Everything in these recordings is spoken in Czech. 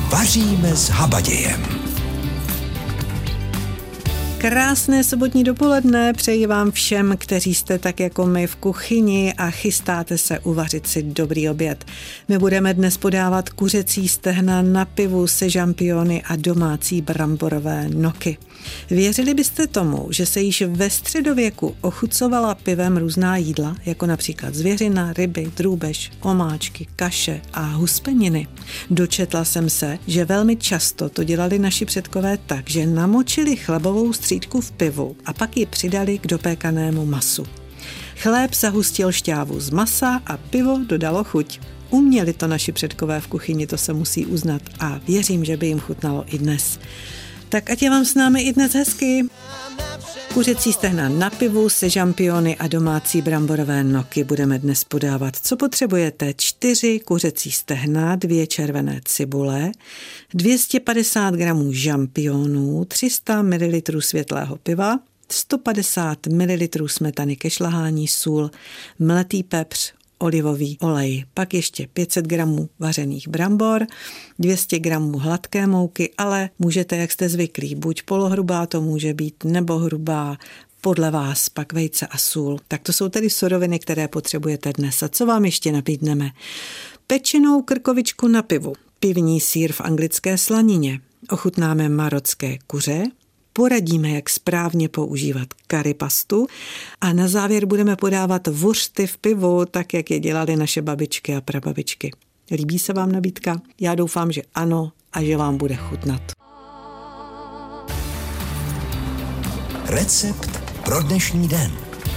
Vaříme s Habadějem. Krásné sobotní dopoledne přeji vám všem, kteří jste tak jako my v kuchyni a chystáte se uvařit si dobrý oběd. My budeme dnes podávat kuřecí stehna na pivu se žampiony a domácí bramborové noky. Věřili byste tomu, že se již ve středověku ochucovala pivem různá jídla, jako například zvěřina, ryby, drůbež, omáčky, kaše a huspeniny? Dočetla jsem se, že velmi často to dělali naši předkové tak, že namočili chlebovou střídku v pivu a pak ji přidali k dopékanému masu. Chléb zahustil šťávu z masa a pivo dodalo chuť. Uměli to naši předkové v kuchyni, to se musí uznat a věřím, že by jim chutnalo i dnes. Tak ať je vám s námi i dnes hezky. Kuřecí stehna na pivu se žampiony a domácí bramborové noky budeme dnes podávat. Co potřebujete? 4 kuřecí stehna, 2 červené cibule, 250 gramů žampionů, 300 ml světlého piva, 150 ml smetany ke šlahání, sůl, mletý pepř, olivový olej, pak ještě 500 gramů vařených brambor, 200 gramů hladké mouky, ale můžete, jak jste zvyklí, buď polohrubá to může být, nebo hrubá, podle vás, pak vejce a sůl. Tak to jsou tedy suroviny, které potřebujete dnes. A co vám ještě nabídneme? Pečenou krkovičku na pivu, pivní sýr v anglické slanině, ochutnáme marocké kuře, poradíme, jak správně používat karipastu a na závěr budeme podávat vuřty v pivu, tak jak je dělali naše babičky a prababičky. Líbí se vám nabídka? Já doufám, že ano a že vám bude chutnat. Recept pro dnešní den.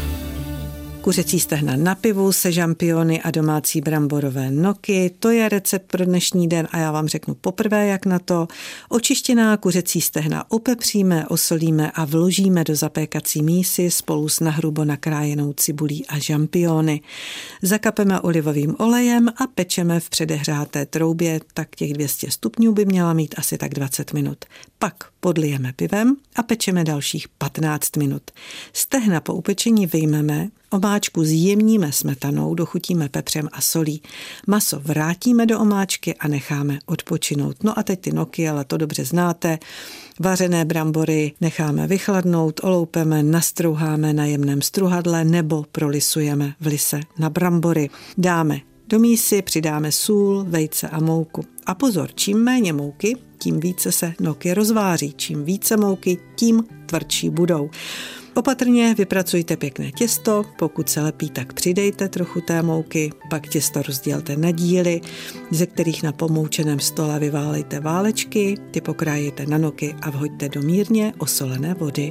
Kuřecí stehna na pivu se žampiony a domácí bramborové noky. To je recept pro dnešní den a já vám řeknu poprvé, jak na to. Očištěná kuřecí stehna opepříme, osolíme a vložíme do zapékací mísy spolu s nahrubo nakrájenou cibulí a žampiony. Zakapeme olivovým olejem a pečeme v předehřáté troubě, tak těch 200 stupňů by měla mít asi tak 20 minut. Pak podlijeme pivem a pečeme dalších 15 minut. Stehna po upečení vyjmeme, omáčku zjemníme smetanou, dochutíme pepřem a solí. Maso vrátíme do omáčky a necháme odpočinout. No a teď ty noky, ale to dobře znáte. Vařené brambory necháme vychladnout, oloupeme, nastrouháme na jemném struhadle nebo prolisujeme v lise na brambory. Dáme do mísy, přidáme sůl, vejce a mouku. A pozor, čím méně mouky, tím více se noky rozváří. Čím více mouky, tím tvrdší budou. Opatrně vypracujte pěkné těsto, pokud se lepí, tak přidejte trochu té mouky, pak těsto rozdělte na díly, ze kterých na pomoučeném stole vyválejte válečky, ty pokrájejte na noky a vhoďte do mírně osolené vody.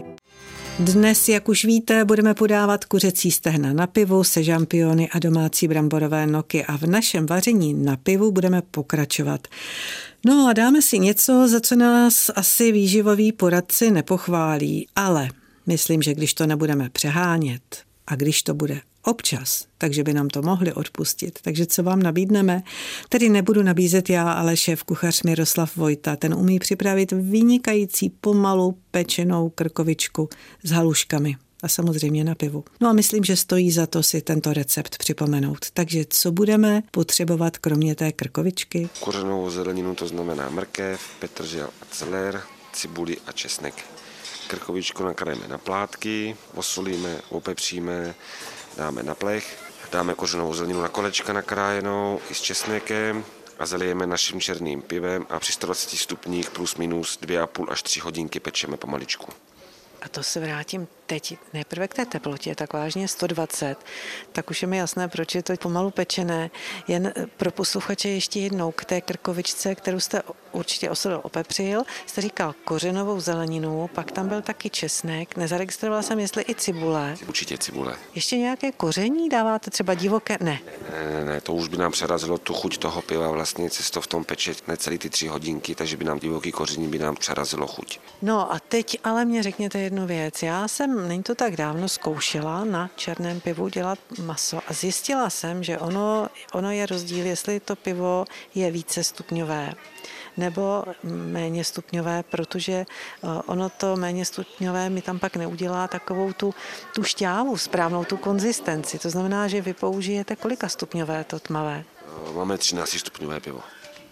Dnes, jak už víte, budeme podávat kuřecí stehna na pivu se žampiony a domácí bramborové noky a v našem vaření na pivu budeme pokračovat. No a dáme si něco, za co nás asi výživový poradci nepochválí, ale myslím, že když to nebudeme přehánět a když to bude občas, takže by nám to mohli odpustit. Takže co vám nabídneme? Tedy nebudu nabízet já, ale šéf kuchař Miroslav Vojta. Ten umí připravit vynikající pomalu pečenou krkovičku s haluškami a samozřejmě na pivu. No a myslím, že stojí za to si tento recept připomenout. Takže co budeme potřebovat kromě té krkovičky? Kořenovou zeleninu, to znamená mrkev, petržel a celer, cibuli a česnek. Krkovičku nakrájeme na plátky, osolíme, opepříme, dáme na plech, dáme kořenovou zeleninu na kolečka nakrájenou i s česnekem a zalijeme naším černým pivem a při 120 stupních plus minus 2,5 až 3 hodinky pečeme pomaličku. A to se vrátím teď nejprve k té teplotě, tak vážně 120, tak už je mi jasné, proč je to pomalu pečené. Jen pro posluchače ještě jednou k té krkovičce, kterou jste určitě osolil, opepřil, jste říkal kořenovou zeleninu, pak tam byl taky česnek, nezaregistrovala jsem, jestli i cibule. Určitě cibule. Ještě nějaké koření dáváte, třeba divoké? Ne. Ne, to už by nám přerazilo tu chuť toho piva, vlastně se to v tom peče necelý ty 3 hodinky, takže by nám divoký koření by nám přerazilo chuť. No a teď ale mě řekněte jednu věc. Já jsem, není to tak dávno, zkoušela na černém pivu dělat maso a zjistila jsem, že ono je rozdíl, jestli to pivo je více stupňové nebo méně stupňové, protože ono to méně stupňové mi tam pak neudělá takovou tu šťávu, správnou tu konzistenci. To znamená, že vy použijete kolika stupňové to tmavé? Máme 13 stupňové pivo.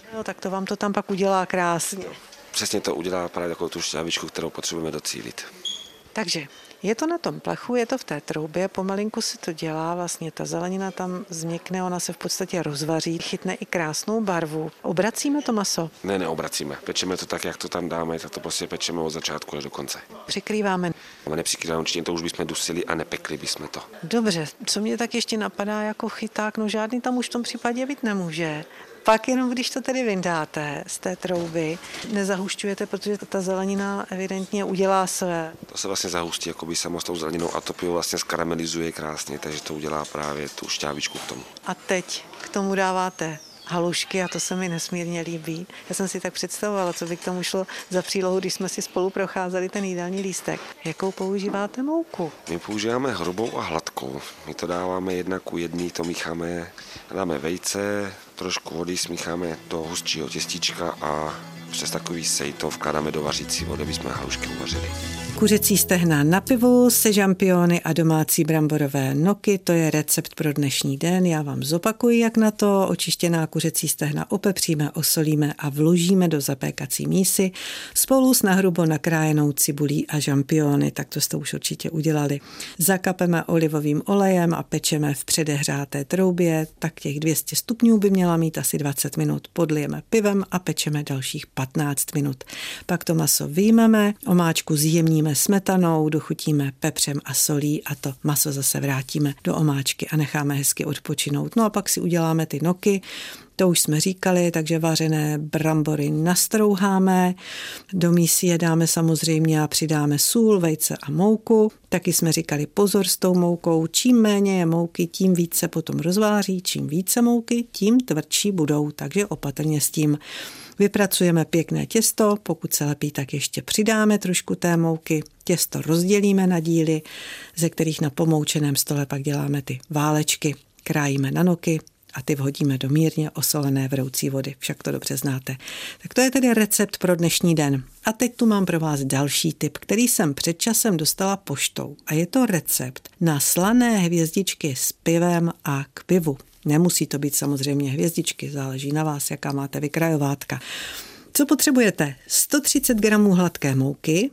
Jo, tak to vám to tam pak udělá krásně. Přesně to udělá právě takovou tu šťávičku, kterou potřebujeme docílit. Takže je to na tom plechu, je to v té troubě, pomalinku se to dělá, vlastně ta zelenina tam změkne, ona se v podstatě rozvaří, chytne i krásnou barvu. Obracíme to maso? Ne, neobracíme. Pečeme to tak, jak to tam dáme, tak to prostě pečeme od začátku až do konce. Přikrýváme. Ale nepřikrýváme, určitě to už bychom dusili a nepekli bychom to. Dobře, co mě tak ještě napadá jako chyták, no žádný tam už v tom případě být nemůže. Pak jenom, když to tedy vyndáte z té trouby, nezahušťujete, protože ta zelenina evidentně udělá své. To se vlastně zahustí jakoby samo s tou zeleninou a to pivo vlastně skaramelizuje krásně, takže to udělá právě tu šťávičku k tomu. A teď k tomu dáváte halušky a to se mi nesmírně líbí. Já jsem si tak představovala, co by k tomu šlo za přílohu, když jsme si spolu procházeli ten jídelní lístek. Jakou používáte mouku? My používáme hrubou a hladkou. My to dáváme 1:1, to mícháme, dáme vejce, trošku vody, smícháme do hustšího těstíčka a přes takový sejto vkládáme do vařící vody, aby jsme halušky uvařili. Kuřecí stehna na pivu se žampiony a domácí bramborové noky, to je recept pro dnešní den. Já vám zopakuji, jak na to. Očištěná kuřecí stehna opepříme, osolíme a vložíme do zapékací mísy spolu s nahrubo nakrájenou cibulí a žampiony, tak to jste už určitě udělali. Zakapeme olivovým olejem a pečeme v předehřáté troubě, tak těch 200 stupňů by měla mít asi 20 minut. Podlijeme pivem a pečeme dalších 15 minut. Pak to maso vyjmeme, omáčku zjemníme smetanou, dochutíme pepřem a solí a to maso zase vrátíme do omáčky a necháme hezky odpočinout. No a pak si uděláme ty noky, to už jsme říkali, takže vařené brambory nastrouháme, do mísy je dáme samozřejmě a přidáme sůl, vejce a mouku. Taky jsme říkali pozor s tou moukou, čím méně je mouky, tím více potom rozváří, čím více mouky, tím tvrdší budou, takže opatrně s tím. Vypracujeme pěkné těsto, pokud se lepí, tak ještě přidáme trošku té mouky. Těsto rozdělíme na díly, ze kterých na pomoučeném stole pak děláme ty válečky. Krájíme na noky a ty vhodíme do mírně osolené vroucí vody. Však to dobře znáte. Tak to je tedy recept pro dnešní den. A teď tu mám pro vás další tip, který jsem před časem dostala poštou. A je to recept na slané hvězdičky s pivem a k pivu. Nemusí to být samozřejmě hvězdičky, záleží na vás, jaká máte vykrajovátka. Co potřebujete? 130 gramů hladké mouky,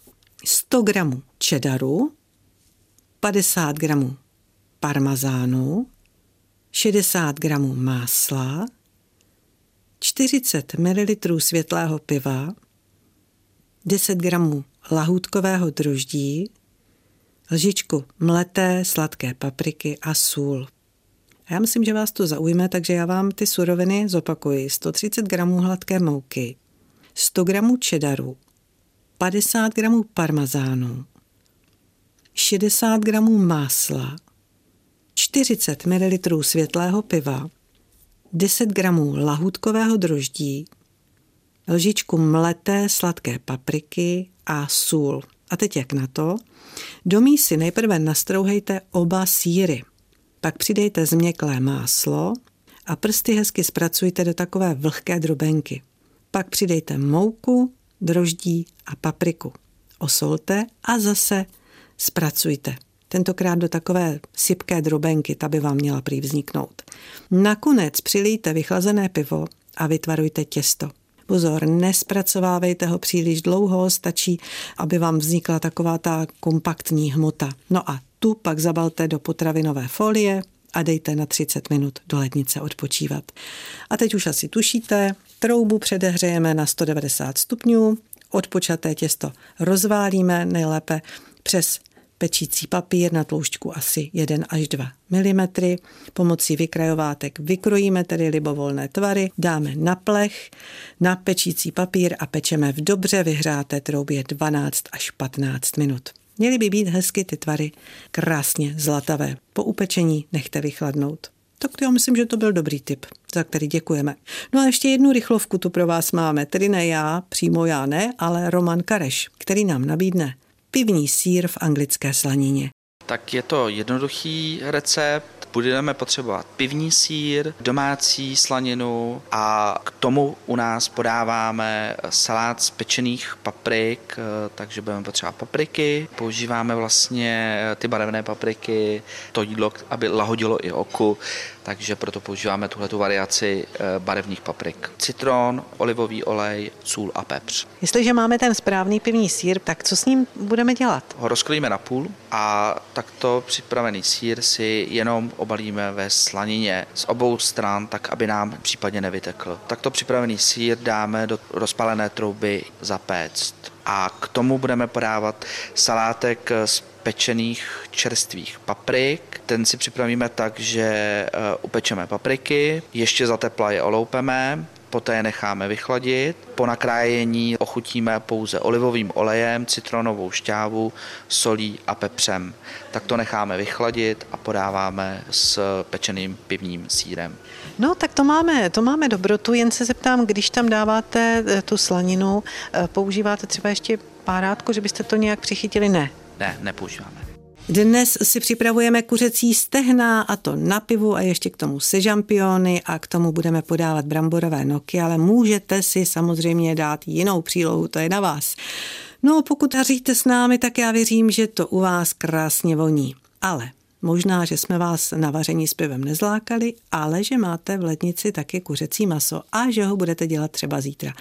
100 gramů cheddaru, 50 gramů parmazánu, 60 gramů másla, 40 ml světlého piva, 10 gramů lahůdkového droždí, lžičku mleté sladké papriky a sůl. A já myslím, že vás to zaujme, takže já vám ty suroviny zopakuji. 130 gramů hladké mouky, 100 gramů cheddaru, 50 gramů parmazánu, 60 gramů másla, 40 ml světlého piva, 10 gramů lahůdkového droždí, lžičku mleté sladké papriky a sůl. A teď jak na to? Do mísy nejprve nastrouhejte oba sýry. Pak přidejte změklé máslo a prsty hezky zpracujte do takové vlhké drobenky. Pak přidejte mouku, droždí a papriku. Osolte a zase zpracujte. Tentokrát do takové sypké drobenky, ta by vám měla prý vzniknout. Nakonec přilijte vychlazené pivo a vytvarujte těsto. Pozor, nespracovávejte ho příliš dlouho, stačí, aby vám vznikla taková ta kompaktní hmota. No a tu pak zabalte do potravinové folie a dejte na 30 minut do lednice odpočívat. A teď už asi tušíte, troubu předehřejeme na 190 stupňů, odpočaté těsto rozválíme nejlépe přes pečící papír na tloušťku asi 1 až 2 mm. Pomocí vykrajovátek vykrojíme tedy libovolné tvary, dáme na plech, na pečící papír a pečeme v dobře vyhřáté troubě 12 až 15 minut. Měly by být hezky ty tvary krásně zlatavé. Po upečení nechte vychladnout. Tak já myslím, že to byl dobrý tip, za který děkujeme. No a ještě jednu rychlovku tu pro vás máme, tedy ne já, přímo já ne, ale Roman Kareš, který nám nabídne pivní sýr v anglické slanině. Tak je to jednoduchý recept. Budeme potřebovat pivní sýr, domácí slaninu a k tomu u nás podáváme salát z pečených paprik, takže budeme potřebovat papriky. Používáme vlastně ty barevné papriky, to jídlo, aby lahodilo i oku. takže proto používáme tuhletu variaci barevných paprik. Citron, olivový olej, sůl a pepř. Jestliže máme ten správný pivní sýr, tak co s ním budeme dělat? Ho rozkrojíme na půl a takto připravený sýr si jenom obalíme ve slanině z obou stran, tak aby nám případně nevytekl. Takto připravený sýr dáme do rozpálené trouby zapéct a k tomu budeme podávat salátek z pečených čerstvých paprik. Ten si připravíme tak, že upečeme papriky, ještě za tepla je oloupeme, poté je necháme vychladit. Po nakrájení ochutíme pouze olivovým olejem, citronovou šťávu, solí a pepřem. Tak to necháme vychladit a podáváme s pečeným pivním sýrem. No, tak to máme dobrotu, jen se zeptám, když tam dáváte tu slaninu, používáte třeba ještě párátko, že byste to nějak přichytili? Ne, nepoužíváme. Dnes si připravujeme kuřecí stehna, a to na pivu a ještě k tomu sežampiony a k tomu budeme podávat bramborové noky, ale můžete si samozřejmě dát jinou přílohu, to je na vás. No, pokud haříte s námi, tak já věřím, že to u vás krásně voní. Ale možná, že jsme vás na vaření s pivem nezlákali, ale že máte v lednici taky kuřecí maso a že ho budete dělat třeba zítra.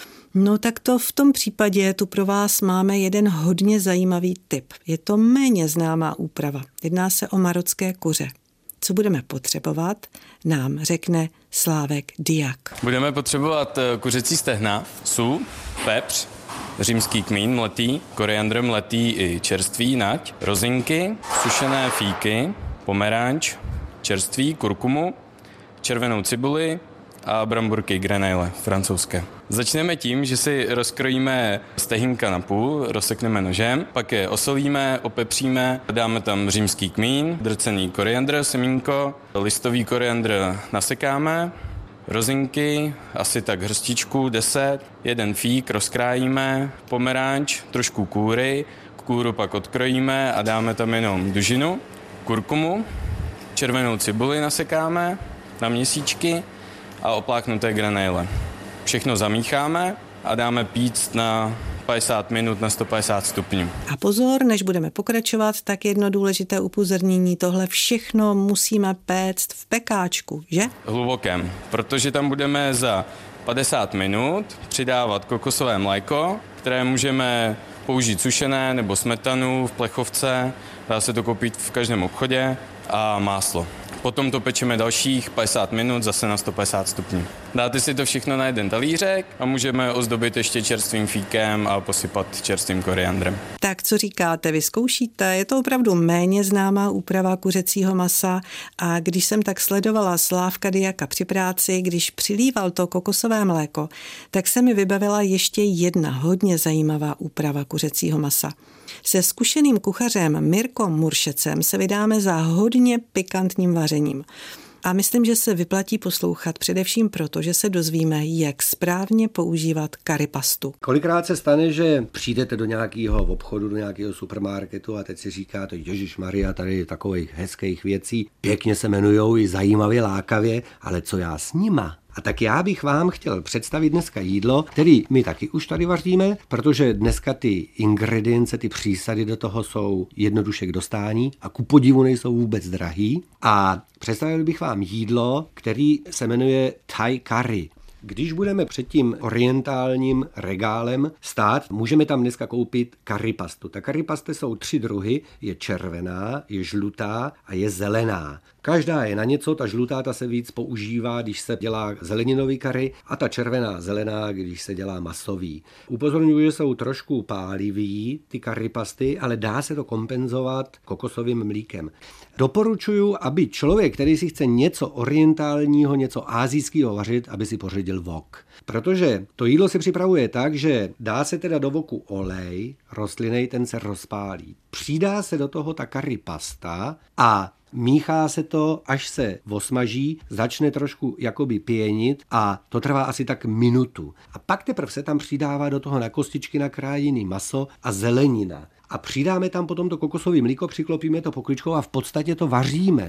No tak to v tom případě tu pro vás máme jeden hodně zajímavý tip. Je to méně známá úprava. Jedná se o marocké kuře. Co budeme potřebovat, nám řekne Slávek Diak. Budeme potřebovat kuřecí stehna, sůl, pepř, římský kmín mletý, koriandr mletý i čerstvý, nať, rozinky, sušené fíky, pomeranč, čerstvý, kurkumu, červenou cibuli a bramburky grenaille francouzské. Začneme tím, že si rozkrojíme stehínka na půl, rozsekneme nožem, pak je osolíme, opepříme, dáme tam římský kmín, drcený koriandr, semínko, listový koriandr nasekáme, rozinky, asi tak hrstičku, 10, jeden fík rozkrájíme, pomeranč, trošku kůry, kůru pak odkrojíme a dáme tam jenom dužinu, kurkumu, červenou cibuli nasekáme na měsíčky a opláknuté grenaille. Všechno zamícháme a dáme pít na 50 minut na 150 stupňů. A pozor, než budeme pokračovat, tak jedno důležité upozornění, tohle všechno musíme péct v pekáčku, že? Hlubokém, protože tam budeme za 50 minut přidávat kokosové mléko, které můžeme použít sušené nebo smetanu v plechovce, dá se to koupit v každém obchodě, a máslo. Potom to pečeme dalších 50 minut zase na 150 stupňů. Dáte si to všechno na jeden talířek a můžeme ozdobit ještě čerstvým fíkem a posypat čerstvým koriandrem. Tak co říkáte, vyzkoušíte? Je to opravdu méně známá úprava kuřecího masa a když jsem tak sledovala Slávka Diaka při práci, když přilíval to kokosové mléko, tak se mi vybavila ještě jedna hodně zajímavá úprava kuřecího masa. Se zkušeným kuchařem Mirkom Muršecem se vydáme za hodně pikantním vařením. A myslím, že se vyplatí poslouchat především proto, že se dozvíme, jak správně používat karipastu. Kolikrát se stane, že přijdete do nějakého obchodu, do nějakého supermarketu a teď si říkáte, ježišmarja, tady je takových hezkých věcí, pěkně se jmenujou i zajímavě, lákavě, ale co já s nima? A tak já bych vám chtěl představit dneska jídlo, který my taky už tady vaříme, protože dneska ty ingredience, ty přísady do toho jsou jednoduše k dostání a ku podivu nejsou vůbec drahý. A představil bych vám jídlo, který se jmenuje Thai curry. Když budeme před tím orientálním regálem stát, můžeme tam dneska koupit karipastu. Ta karipasta jsou 3 druhy, je červená, je žlutá a je zelená. Každá je na něco, ta žlutá ta se víc používá, když se dělá zeleninový kary a ta červená zelená, když se dělá masový. Upozorňuji, že jsou trošku pálivý ty karipasty, ale dá se to kompenzovat kokosovým mlíkem. Doporučuju, aby člověk, který si chce něco orientálního, něco asijského vařit, aby si pořídil wok. Protože to jídlo se připravuje tak, že dá se teda do voku olej rostlinný, ten se rozpálí. Přidá se do toho ta karipasta a míchá se to, až se osmaží, začne trošku jakoby pěnit a to trvá asi tak minutu. A pak teprve se tam přidává do toho na kostičky nakrájený maso a zelenina. A přidáme tam potom to kokosové mlíko, přiklopíme to pokličkou a v podstatě to vaříme.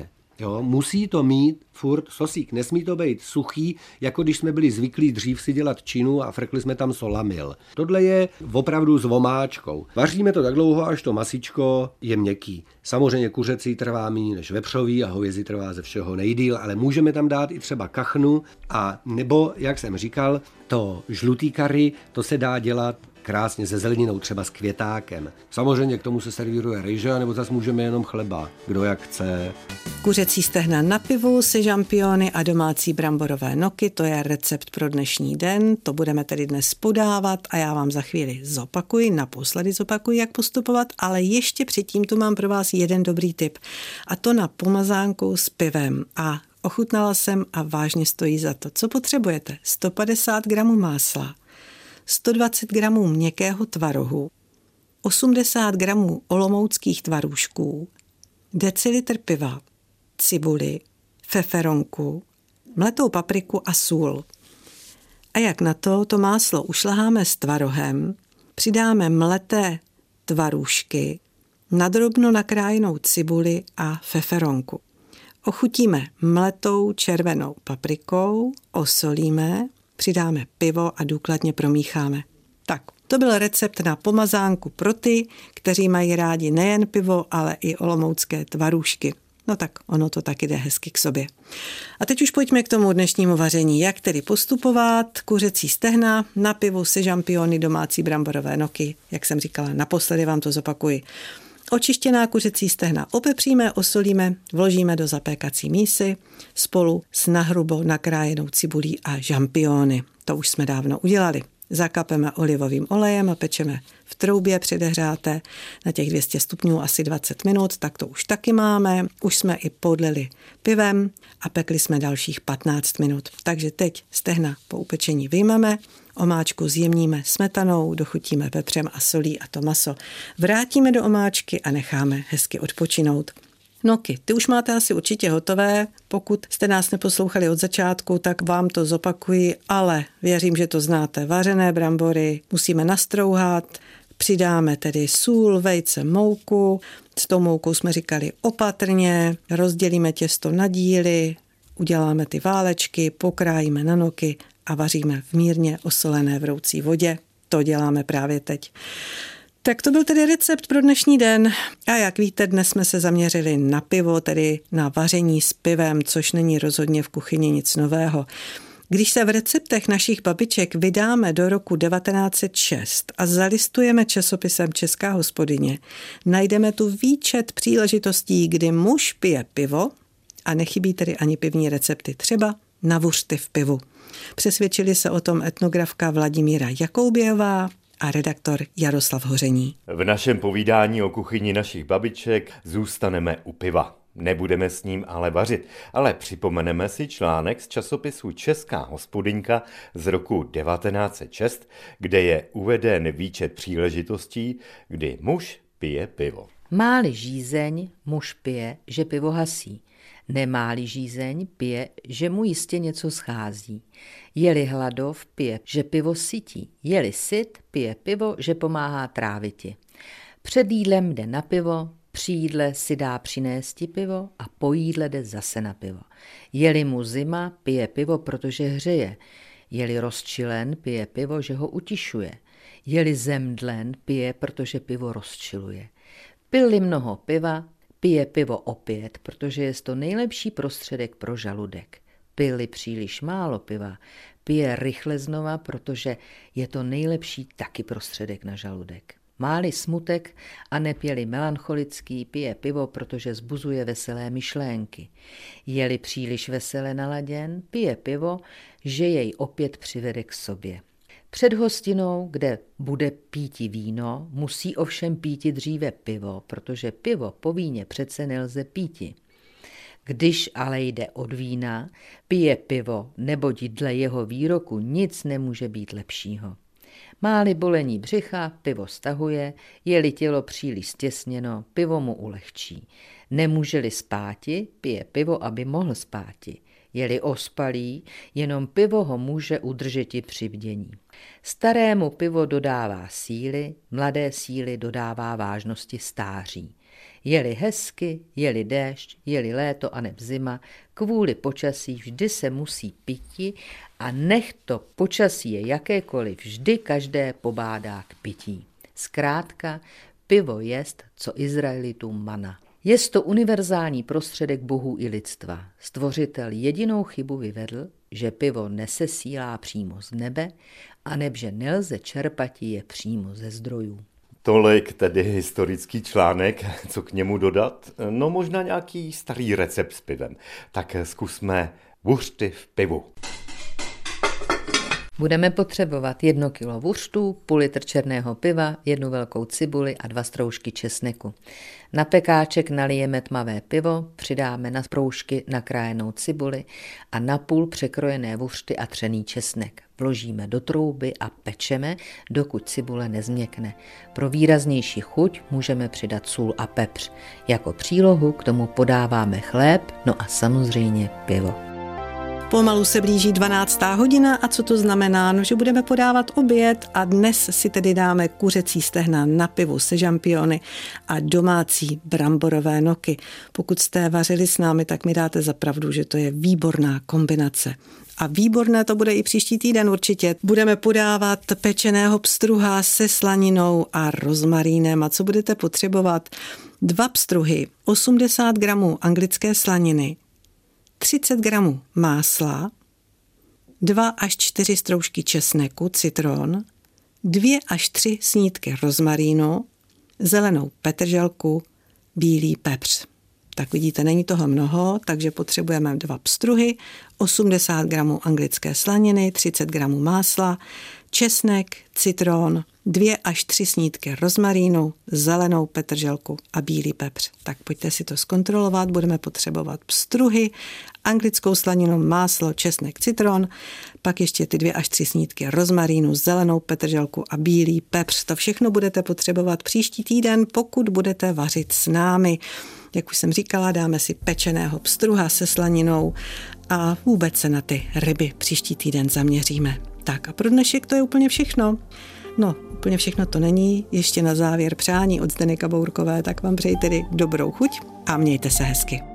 Jo, musí to mít furt sosík, nesmí to být suchý, jako když jsme byli zvyklí dřív si dělat činu a frkli jsme tam solamil. Tohle je opravdu s vomáčkou. Vaříme to tak dlouho, až to masičko je měkký. Samozřejmě kuřecí trvá méně než vepřový a hovězí trvá ze všeho nejdýl, ale můžeme tam dát i třeba kachnu a nebo, jak jsem říkal, to žlutý curry, to se dá dělat krásně se zeleninou, třeba s květákem. Samozřejmě k tomu se servíruje rejže, nebo zase můžeme jenom chleba, kdo jak chce. Kuřecí stehna na pivu se žampiony a domácí bramborové noky, to je recept pro dnešní den, to budeme tedy dnes podávat a já vám za chvíli naposledy zopakuji, jak postupovat, ale ještě předtím tu mám pro vás jeden dobrý tip a to na pomazánku s pivem a ochutnala jsem a vážně stojí za to. Co potřebujete? 150 gramů másla, 120 gramů měkkého tvarohu, 80 gramů olomouckých tvarůžků, decilitr piva, cibuli, feferonku, mletou papriku a sůl. A jak na to máslo ušlaháme s tvarohem, přidáme mleté tvarůžky, nadrobno nakrájenou cibuli a feferonku. Ochutíme mletou červenou paprikou, osolíme, přidáme pivo a důkladně promícháme. Tak, to byl recept na pomazánku pro ty, kteří mají rádi nejen pivo, ale i olomoucké tvarůžky. No tak ono to taky jde hezky k sobě. A teď už pojďme k tomu dnešnímu vaření. Jak tedy postupovat? Kuřecí stehna na pivu se žampiony, domácí bramborové noky. Jak jsem říkala, naposledy vám to zopakuji. Očištěná kuřecí stehna opepříme, osolíme, vložíme do zapékací mísy spolu s nahrubo nakrájenou cibulí a žampiony. To už jsme dávno udělali. Zakapeme olivovým olejem a pečeme v troubě předehřáté na těch 200 stupňů asi 20 minut, tak to už taky máme. Už jsme i podlili pivem a pekli jsme dalších 15 minut. Takže teď stehna po upečení vyjmeme, omáčku zjemníme smetanou, dochutíme pepřem a solí a to maso vrátíme do omáčky a necháme hezky odpočinout. Noky, ty už máte asi určitě hotové, pokud jste nás neposlouchali od začátku, tak vám to zopakuji, ale věřím, že to znáte. Vařené brambory musíme nastrouhat, přidáme tedy sůl, vejce, mouku, s tou moukou jsme říkali opatrně, rozdělíme těsto na díly, uděláme ty válečky, pokrájíme na noky a vaříme v mírně osolené vroucí vodě. To děláme právě teď. Tak to byl tedy recept pro dnešní den a jak víte, dnes jsme se zaměřili na pivo, tedy na vaření s pivem, což není rozhodně v kuchyni nic nového. Když se v receptech našich babiček vydáme do roku 1906 a zalistujeme časopisem Česká hospodyně, najdeme tu výčet příležitostí, kdy muž pije pivo a nechybí tedy ani pivní recepty, třeba navořty v pivu. Přesvědčili se o tom etnografka Vladimíra Jakoubějová a redaktor Jaroslav Hoření. V našem povídání o kuchyni našich babiček zůstaneme u piva. Nebudeme s ním ale vařit, ale připomeneme si článek z časopisu Česká hospodyňka z roku 1906, kde je uveden výčet příležitostí, kdy muž pije pivo. Má-li žízeň, muž pije, že pivo hasí. Nemá-li žízeň, pije, že mu jistě něco schází. Je-li hladov, pije, že pivo sytí. Je-li syt, pije pivo, že pomáhá tráviti. Před jídlem jde na pivo, při jídle si dá přinésti pivo a po jídle jde zase na pivo. Je-li mu zima, pije pivo, protože hřeje. Je-li rozčilen, pije pivo, že ho utišuje. Je-li zemdlen, pije, protože pivo rozčiluje. Pil-li mnoho piva, pije pivo opět, protože je to nejlepší prostředek pro žaludek. Pil-li příliš málo piva, pije rychle znova, protože je to nejlepší taky prostředek na žaludek. Má-li smutek a nepije-li melancholický, pije pivo, protože zbuzuje veselé myšlénky. Je-li příliš vesele naladěn, pije pivo, že jej opět přivede k sobě. Před hostinou, kde bude píti víno, musí ovšem píti dříve pivo, protože pivo po víně přece nelze píti. Když ale jde od vína, pije pivo, neboť dle jeho výroku nic nemůže být lepšího. Má-li bolení břicha, pivo stahuje, je-li tělo příliš stěsněno, pivo mu ulehčí. Nemůže-li spáti, pije pivo, aby mohl spáti. Je-li ospalý, jenom pivo ho může udržeti při bdění. Starému pivo dodává síly, mladé síly dodává vážnosti stáří. Je-li hezky, je-li déšť, je-li léto a neb zima, kvůli počasí vždy se musí pití a nech to počasí je jakékoliv, vždy každé pobádá k pití. Zkrátka, pivo jest, co Izraelitům mana. Jest to univerzální prostředek bohů i lidstva. Stvořitel jedinou chybu vyvedl, že pivo nesesílá přímo z nebe, aneb že nelze čerpati je přímo ze zdrojů. Tolik tedy historický článek, co k němu dodat? No možná nějaký starý recept s pivem. Tak zkusme vuřty v pivu. Budeme potřebovat 1 kilo vuřtů, půl litr černého piva, 1 velkou cibuli a 2 stroužky česneku. Na pekáček nalijeme tmavé pivo, přidáme na proužky nakrájenou cibuli a na půl překrojené vuřty a třený česnek. Vložíme do trouby a pečeme, dokud cibule nezměkne. Pro výraznější chuť můžeme přidat sůl a pepř. Jako přílohu k tomu podáváme chléb, no a samozřejmě pivo. Pomalu se blíží 12. hodina a co to znamená? No, že budeme podávat oběd a dnes si tedy dáme kuřecí stehna na pivu se žampiony a domácí bramborové noky. Pokud jste vařili s námi, tak mi dáte za pravdu, že to je výborná kombinace. A výborné to bude i příští týden určitě. Budeme podávat pečeného pstruha se slaninou a rozmarínem. A co budete potřebovat? 2 pstruhy, 80 gramů anglické slaniny, 30 gramů másla, 2 až 4 stroužky česneku, citron, 2 až 3 snídky rozmarínu, zelenou petrželku, bílý pepř. Tak vidíte, není toho mnoho, takže potřebujeme 2 pstruhy, 80 gramů anglické slaniny, 30 gramů másla, česnek, citron, 2 až 3 snídky rozmarínu, zelenou petrželku a bílý pepř. Tak pojďte si to zkontrolovat, budeme potřebovat pstruhy, anglickou slaninu, máslo, česnek, citron, pak ještě ty 2 až 3 snídky rozmarínu, zelenou petrželku a bílý pepř. To všechno budete potřebovat příští týden, pokud budete vařit s námi. Jak už jsem říkala, dáme si pečeného pstruha se slaninou a vůbec se na ty ryby příští týden zaměříme. Tak a pro dnešek to je úplně všechno. No, úplně všechno to není. Ještě na závěr přání od Zdeny Kabourkové, tak vám přeji tedy dobrou chuť a mějte se hezky.